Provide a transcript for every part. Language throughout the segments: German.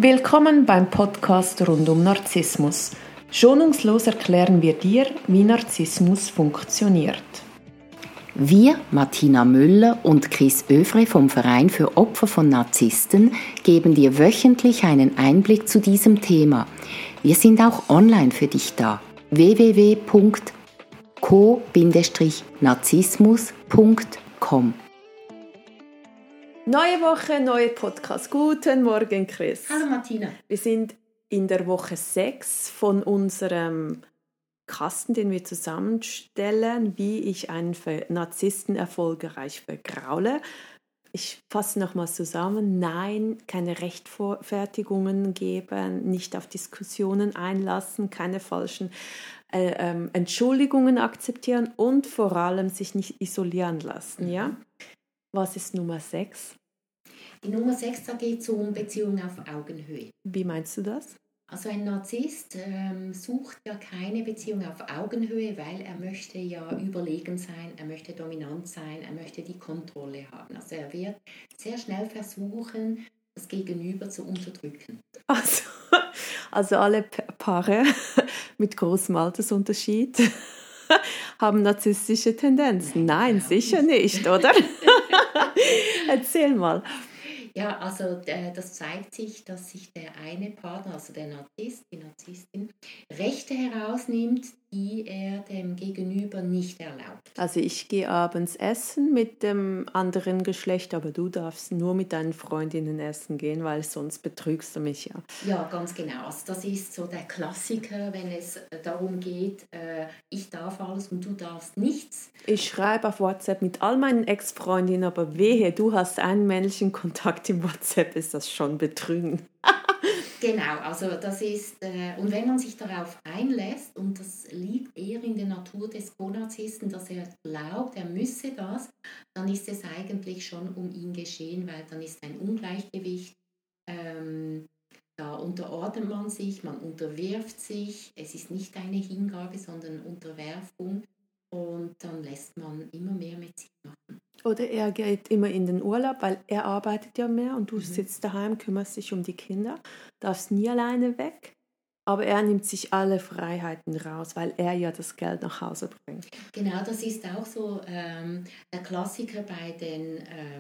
Willkommen beim Podcast rund um Narzissmus. Schonungslos erklären wir dir, wie Narzissmus funktioniert. Wir, Martina Müller und Chris Övre vom Verein für Opfer von Narzissten, geben dir wöchentlich einen Einblick zu diesem Thema. Wir sind auch online für dich da. www.co-narzissmus.com. Neue Woche, neuer Podcast. Guten Morgen, Chris. Hallo Martina. Wir sind in der Woche 6 von unserem Kasten, den wir zusammenstellen, wie ich einen Narzissten erfolgreich vergraule. Ich fasse nochmals zusammen. Nein, keine Rechtfertigungen geben, nicht auf Diskussionen einlassen, keine falschen Entschuldigungen akzeptieren und vor allem sich nicht isolieren lassen. Ja? Was ist Nummer 6? Die Nummer 6, da geht es um Beziehungen auf Augenhöhe. Wie meinst du das? Also ein Narzisst sucht ja keine Beziehung auf Augenhöhe, weil er möchte ja überlegen sein, er möchte dominant sein, er möchte die Kontrolle haben. Also er wird sehr schnell versuchen, das Gegenüber zu unterdrücken. Also alle Paare mit großem Altersunterschied haben narzisstische Tendenzen. Nein, sicher nicht, oder? Erzähl mal. Ja, also das zeigt sich, dass sich der eine Partner, also der Narzisst, die Narzisstin, Rechte herausnimmt, die er dem Gegenüber nicht erlaubt. Also ich gehe abends essen mit dem anderen Geschlecht, aber du darfst nur mit deinen Freundinnen essen gehen, weil sonst betrügst du mich ja. Ja, ganz genau. Also das ist so der Klassiker, wenn es darum geht, ich darf alles und du darfst nichts. Ich schreibe auf WhatsApp mit all meinen Ex-Freundinnen, aber wehe, du hast einen männlichen Kontakt im WhatsApp, ist das schon Betrügen. Genau, also das ist, und wenn man sich darauf einlässt, und das liegt eher in der Natur des Co-Narzissten, dass er glaubt, er müsse das, dann ist es eigentlich schon um ihn geschehen, weil dann ist ein Ungleichgewicht, da unterordnet man sich, man unterwirft sich, es ist nicht eine Hingabe, sondern Unterwerfung und dann lässt man immer mehr mit sich machen. Oder er geht immer in den Urlaub, weil er arbeitet ja mehr und du sitzt daheim, kümmerst dich um die Kinder, darfst nie alleine weg. Aber er nimmt sich alle Freiheiten raus, weil er ja das Geld nach Hause bringt. Genau, das ist auch so der Klassiker bei den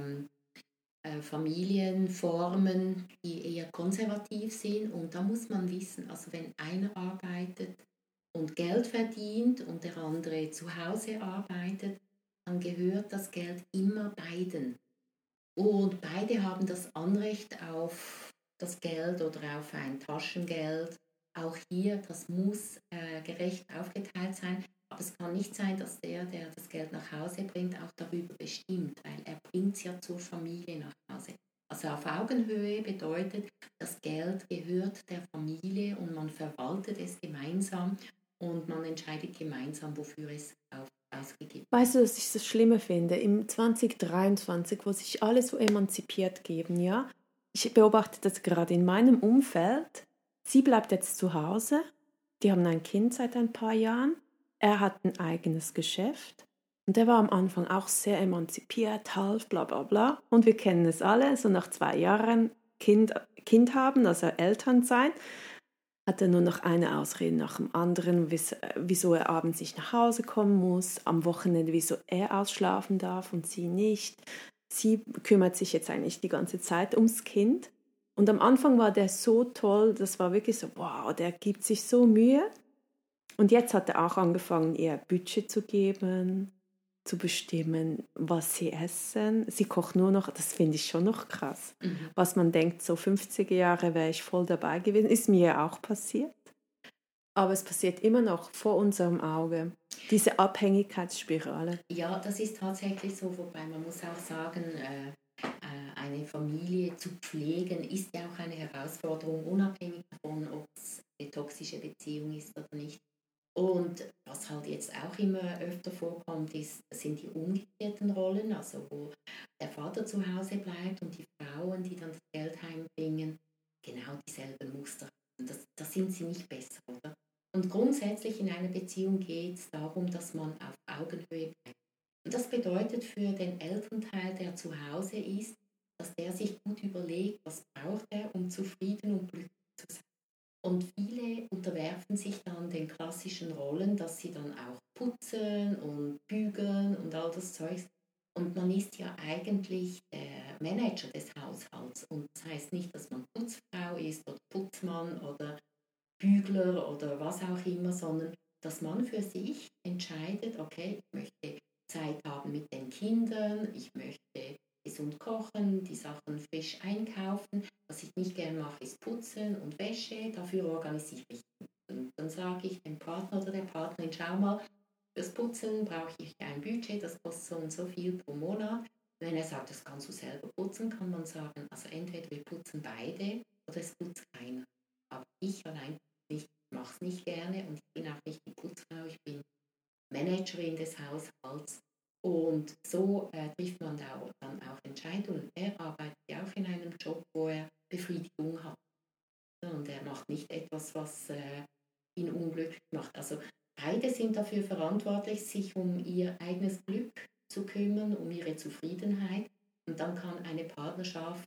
Familienformen, die eher konservativ sind. Und da muss man wissen, also wenn einer arbeitet und Geld verdient und der andere zu Hause arbeitet, dann gehört das Geld immer beiden. Und beide haben das Anrecht auf das Geld oder auf ein Taschengeld. Auch hier, das muss gerecht aufgeteilt sein. Aber es kann nicht sein, dass der das Geld nach Hause bringt, auch darüber bestimmt, weil er bringt es ja zur Familie nach Hause. Also auf Augenhöhe bedeutet, das Geld gehört der Familie und man verwaltet es gemeinsam und man entscheidet gemeinsam, wofür es ausgegeben wird. Weißt du, was ich das Schlimme finde? Im 2023, wo sich alle so emanzipiert geben, ja? Ich beobachte das gerade in meinem Umfeld. Sie bleibt jetzt zu Hause. Die haben ein Kind seit ein paar Jahren. Er hat ein eigenes Geschäft. Und er war am Anfang auch sehr emanzipiert, half, bla bla bla. Und wir kennen es alle, so nach 2 Jahren Kind haben, also Eltern sein, hat er nur noch eine Ausrede nach dem anderen, wieso er abends nicht nach Hause kommen muss, am Wochenende, wieso er ausschlafen darf und sie nicht. Sie kümmert sich jetzt eigentlich die ganze Zeit ums Kind. Und am Anfang war der so toll, das war wirklich so, wow, der gibt sich so Mühe. Und jetzt hat er auch angefangen, ihr Budget zu geben, zu bestimmen, was sie essen. Sie kocht nur noch, das finde ich schon noch krass. Was man denkt, so 50er Jahre wäre ich voll dabei gewesen, ist mir ja auch passiert. Aber es passiert immer noch vor unserem Auge. Diese Abhängigkeitsspirale. Ja, das ist tatsächlich so, wobei man muss auch sagen, eine Familie zu pflegen ist ja auch eine Herausforderung, unabhängig davon, ob es eine toxische Beziehung ist oder nicht. Und was halt jetzt auch immer öfter vorkommt, sind die umgekehrten Rollen, also wo der Vater zu Hause bleibt und die Frauen, die dann das Geld heimbringen, genau dieselben Muster haben. Das sind sie nicht besser, oder? Und grundsätzlich in einer Beziehung geht es darum, dass man auf Augenhöhe bleibt. Und das bedeutet für den Elternteil, der zu Hause ist, dass der sich gut überlegt, was braucht er, um zufrieden und glücklich zu sein. Und viele unterwerfen sich dann den klassischen Rollen, dass sie dann auch putzen und bügeln und all das Zeug. Und man ist ja eigentlich der Manager des Haushalts. Und das heißt nicht, dass man Putzfrau ist oder Putzmann oder Bügler oder was auch immer, sondern dass man für sich entscheidet, okay, ich möchte Zeit haben mit den Kindern, ich möchte gesund kochen, die Sachen frisch einkaufen. Was ich nicht gern mache, ist Putzen und Wäsche, dafür organisiere ich mich. Und dann sage ich dem Partner oder der Partnerin, schau mal, fürs Putzen brauche ich ein Budget, das kostet so und so viel pro Monat. Wenn er sagt, das kannst du selber putzen, kann man sagen, also entweder wir putzen beide oder es putzt keiner. Aber ich allein nicht, mache es nicht gerne und ich bin auch nicht die Putzfrau, ich bin Managerin des Haushalts. Und so trifft man dann auch Entscheidungen. Er arbeitet ja auch in einem Job, wo er Befriedigung hat. Und er macht nicht etwas, was ihn unglücklich macht. Also beide sind dafür verantwortlich, sich um ihr eigenes Glück zu kümmern, um ihre Zufriedenheit. Und dann kann eine Partnerschaft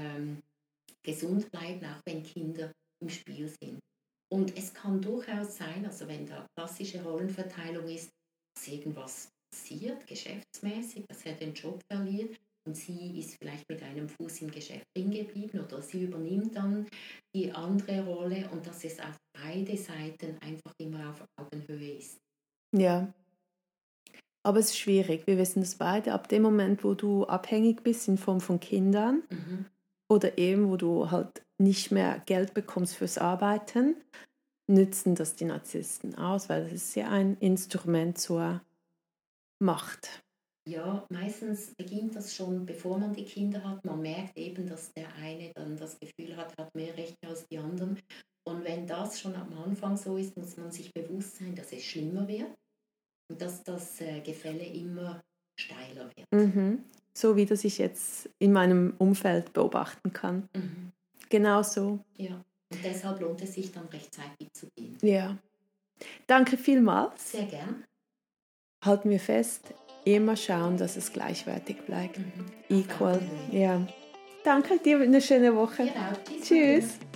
gesund bleiben, auch wenn Kinder im Spiel sind. Und es kann durchaus sein, also wenn da klassische Rollenverteilung ist, dass irgendwas passiert, geschäftsmäßig, dass er den Job verliert und sie ist vielleicht mit einem Fuß im Geschäft drin geblieben oder sie übernimmt dann die andere Rolle und dass es auf beide Seiten einfach immer auf Augenhöhe ist. Ja, aber es ist schwierig. Wir wissen das beide. Ab dem Moment, wo du abhängig bist in Form von Kindern oder eben, wo du halt nicht mehr Geld bekommst fürs Arbeiten, nützen das die Narzissten aus, weil das ist ja ein Instrument zur Macht. Ja, meistens beginnt das schon, bevor man die Kinder hat. Man merkt eben, dass der eine dann das Gefühl hat mehr Rechte als die anderen. Und wenn das schon am Anfang so ist, muss man sich bewusst sein, dass es schlimmer wird und dass das Gefälle immer steiler wird. So wie das ich jetzt in meinem Umfeld beobachten kann. Genau so. Ja, und deshalb lohnt es sich dann rechtzeitig zu gehen. Ja. Danke vielmals. Sehr gern. Halten wir fest, immer schauen, dass es gleichwertig bleibt. Equal. Ja. Danke dir, eine schöne Woche. Genau. Tschüss.